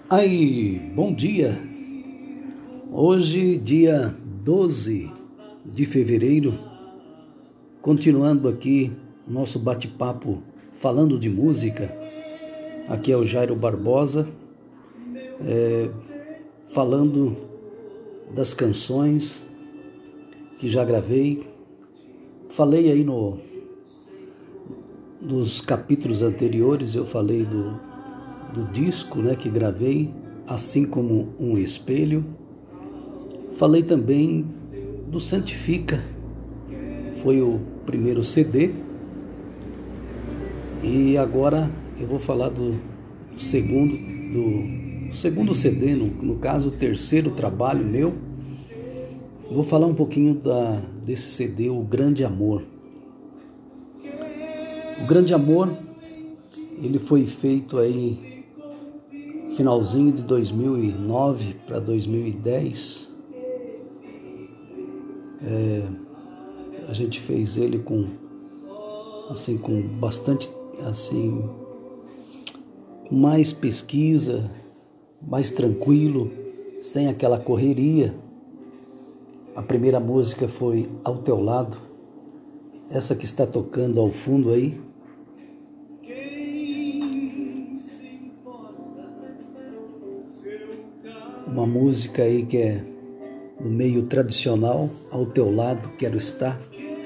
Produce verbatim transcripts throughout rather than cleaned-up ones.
Aí, bom dia. Hoje, dia doze de fevereiro, continuando aqui o nosso bate-papo falando de música. Aqui é o Jairo Barbosa, é, falando das canções que já gravei. Falei aí no, nos capítulos anteriores, eu falei do, do disco, né, que gravei, assim como um espelho. Falei também do Santifica, foi o primeiro C D. E agora eu vou falar do segundo, do segundo C D, no, no caso, o terceiro trabalho meu. Vou falar um pouquinho da, desse C D, O Grande Amor. O Grande Amor, ele foi feito aí finalzinho de dois mil e nove para dois mil e dez. É, a gente fez ele com, assim, com bastante, assim, mais pesquisa, mais tranquilo, sem aquela correria. A primeira música foi Ao Teu Lado, essa que está tocando ao fundo aí. Uma música aí que é do meio tradicional, Ao Teu Lado Quero Estar.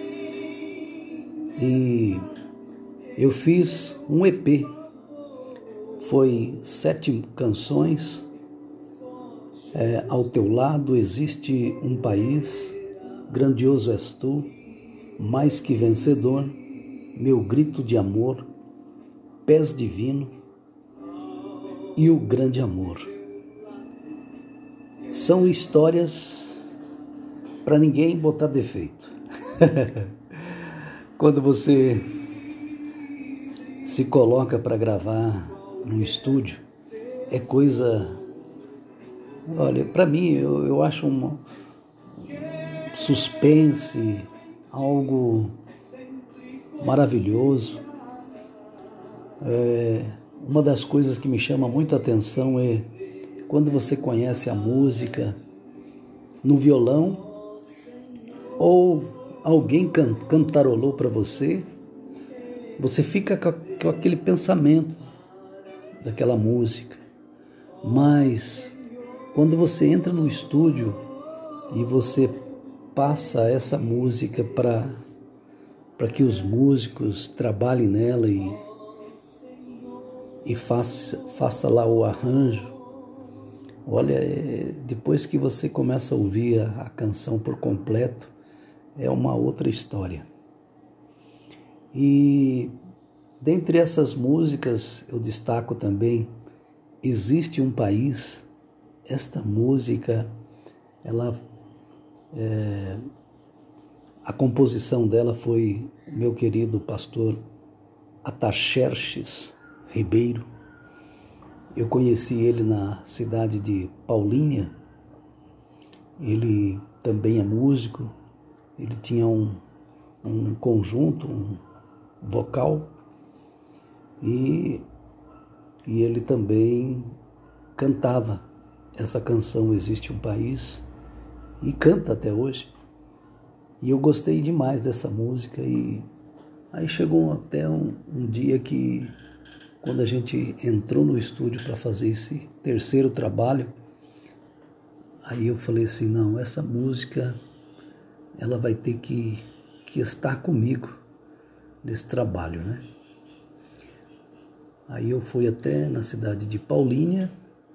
E eu fiz um E P, foi sete canções. É, Ao Teu Lado Existe um País, Grandioso És Tu, Mais que Vencedor, Meu Grito de Amor, Pés Divino e O Grande Amor. São histórias para ninguém botar defeito. Quando você se coloca para gravar no estúdio, é coisa... Olha, para mim, eu, eu acho um suspense, algo maravilhoso. É, uma das coisas que me chama muita atenção é quando você conhece a música no violão ou alguém can, cantarolou para você, você fica com, com aquele pensamento daquela música. Mas quando você entra no estúdio e você passa essa música para para que os músicos trabalhem nela e, e faça, faça lá o arranjo, olha, depois que você começa a ouvir a, a canção por completo, é uma outra história. E dentre essas músicas eu destaco também Existe um País. Esta música, ela, é, a composição dela foi o meu querido pastor Ataxerxes Ribeiro. Eu conheci ele na cidade de Paulínia. Ele também é músico. Ele tinha um, um conjunto, um vocal, e, e ele também cantava essa canção Existe um País, e canta até hoje. E eu gostei demais dessa música. E aí chegou até um, um dia que, quando a gente entrou no estúdio para fazer esse terceiro trabalho, aí eu falei assim, não, essa música ela vai ter que, que estar comigo nesse trabalho, né? Aí eu fui até na cidade de Paulínia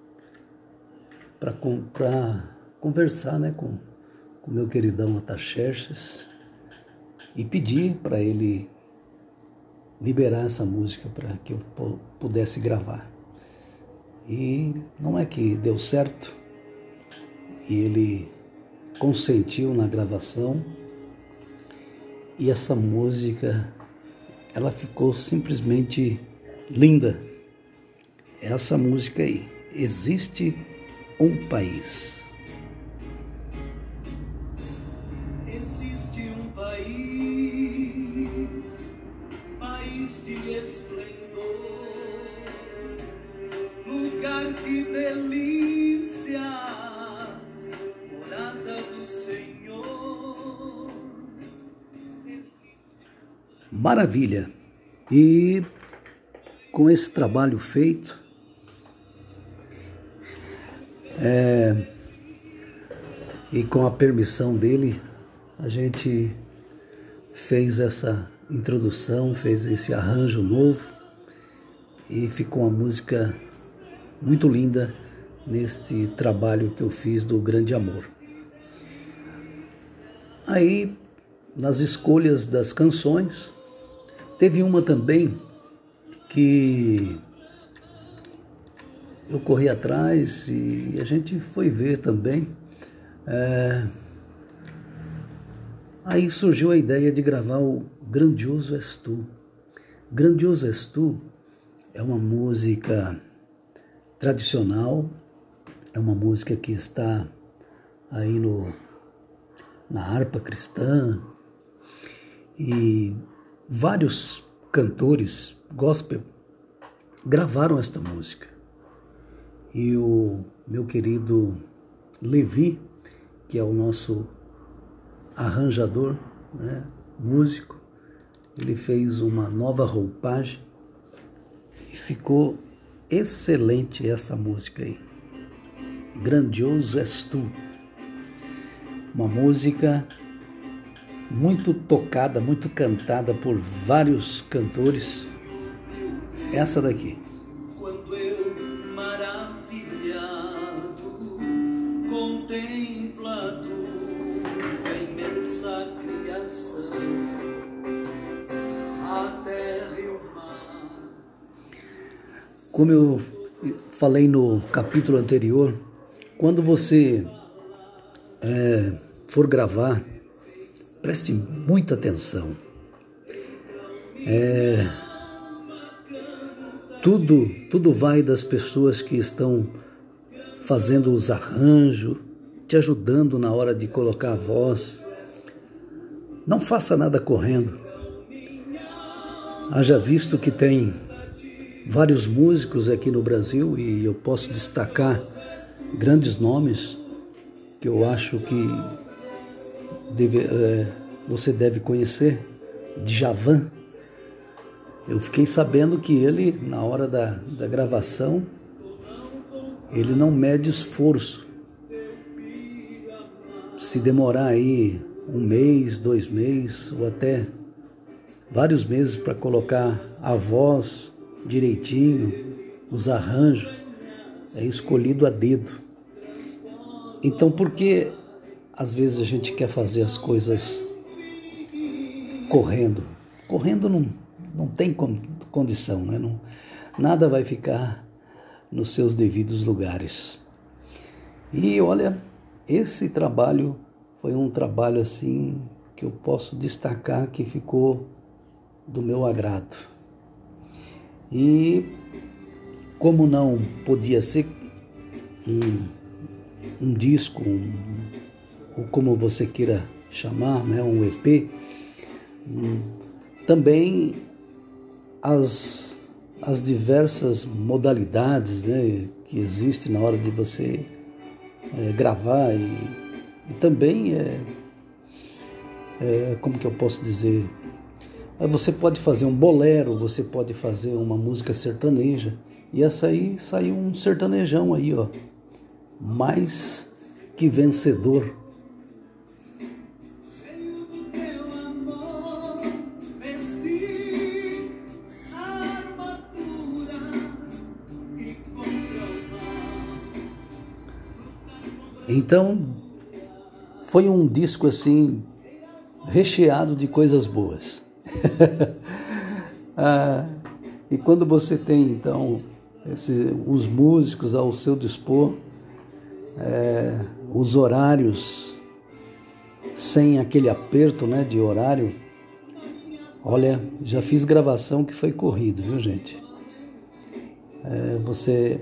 para conversar, né, com o meu queridão Ataxerxes e pedir para ele liberar essa música para que eu pudesse gravar. E não é que deu certo, e ele consentiu na gravação, e essa música, ela ficou simplesmente linda. Essa música aí, Existe um País. Existe um país, país de esplendor, lugar que delícia, morada do Senhor. Maravilha! E com esse trabalho feito, é, e com a permissão dele, a gente fez essa introdução, fez esse arranjo novo e ficou uma música muito linda neste trabalho que eu fiz do Grande Amor. Aí, nas escolhas das canções, teve uma também que eu corri atrás e a gente foi ver também. É... Aí surgiu a ideia de gravar o Grandioso És Tu. Grandioso És Tu é uma música tradicional, é uma música que está aí no, na harpa cristã, e vários cantores gospel gravaram esta música. E o meu querido Levi, que é o nosso arranjador, né, músico, ele fez uma nova roupagem e ficou excelente essa música aí. Grandioso És Tu. Uma música muito tocada, muito cantada por vários cantores. Essa daqui. Quando eu, maravilhado, contemplo a tua imensa criação, a terra e o mar. Como eu falei no capítulo anterior, quando você é, for gravar, preste muita atenção. É, tudo, tudo vai das pessoas que estão fazendo os arranjos, te ajudando na hora de colocar a voz. Não faça nada correndo. Haja visto que tem vários músicos aqui no Brasil e eu posso destacar grandes nomes que eu acho que deve, é, você deve conhecer. Djavan. Eu fiquei sabendo que ele, na hora da, da gravação, ele não mede esforço. Se demorar aí um mês, dois meses ou até vários meses para colocar a voz direitinho, os arranjos, é escolhido a dedo. Então, por que às vezes a gente quer fazer as coisas correndo? Correndo não, não tem condição, né? Não, nada vai ficar nos seus devidos lugares. E olha, esse trabalho foi um trabalho assim que eu posso destacar que ficou do meu agrado. E como não podia ser um, um disco, um, ou como você queira chamar, né, um E P, um, também as, as diversas modalidades, né, que existem na hora de você é, gravar e, e também é, é, como que eu posso dizer, você pode fazer um bolero, você pode fazer uma música sertaneja, e essa aí saiu um sertanejão aí, ó, mais que vencedor. Então, foi um disco assim, recheado de coisas boas. ah, e quando você tem, então, esse, os músicos ao seu dispor, é, os horários, sem aquele aperto, né, de horário, olha, já fiz gravação que foi corrido, viu, gente? É, você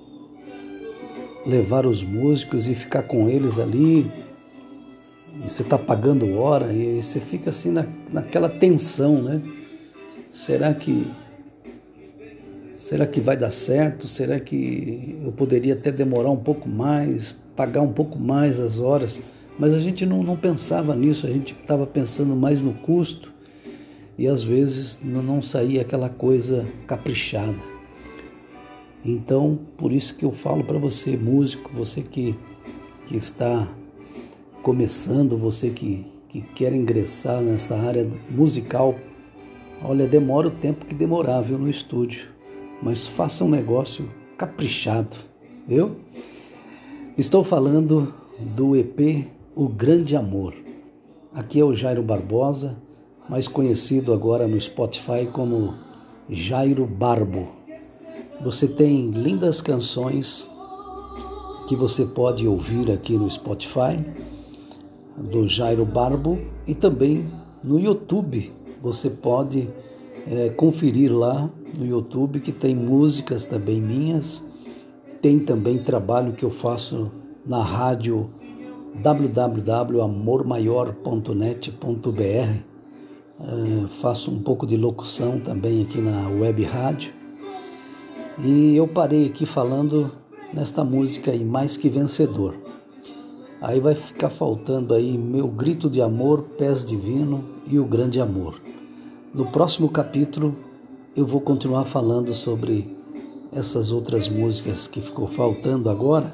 levar os músicos e ficar com eles ali, e você está pagando hora, e você fica assim na, naquela tensão, né? Será que será que vai dar certo? Será que eu poderia até demorar um pouco mais, pagar um pouco mais as horas? Mas a gente não, não pensava nisso, a gente estava pensando mais no custo e às vezes não saía aquela coisa caprichada. Então, por isso que eu falo para você, músico, você que, que está começando, você que, que quer ingressar nessa área musical, olha, demora o tempo que demorar, viu, no estúdio, mas faça um negócio caprichado, viu? Estou falando do E P O Grande Amor. Aqui é o Jairo Barbosa, mais conhecido agora no Spotify como Jairo Barbo. Você tem lindas canções que você pode ouvir aqui no Spotify, do Jairo Barbo, e também no YouTube. Você pode é, conferir lá no YouTube que tem músicas também minhas, tem também trabalho que eu faço na rádio w w w ponto amor maior ponto net ponto b r. É, faço um pouco de locução também aqui na web rádio. E eu parei aqui falando nesta música aí, Mais Que Vencedor. Aí vai ficar faltando aí Meu Grito de Amor, Pés Divino e O Grande Amor. No próximo capítulo eu vou continuar falando sobre essas outras músicas que ficou faltando agora.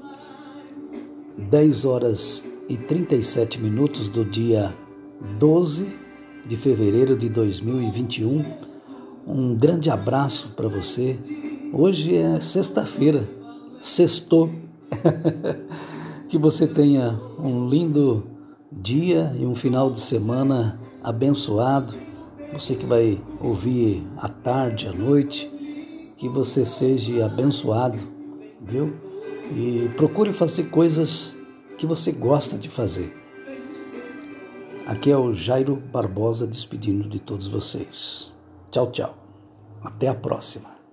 dez horas e trinta e sete minutos do dia doze de fevereiro de dois mil e vinte e um. Um grande abraço para você. Hoje é sexta-feira, sextou. Que você tenha um lindo dia e um final de semana abençoado. Você que vai ouvir à tarde, à noite, que você seja abençoado, viu? E procure fazer coisas que você gosta de fazer. Aqui é o Jairo Barbosa despedindo de todos vocês. Tchau, tchau. Até a próxima.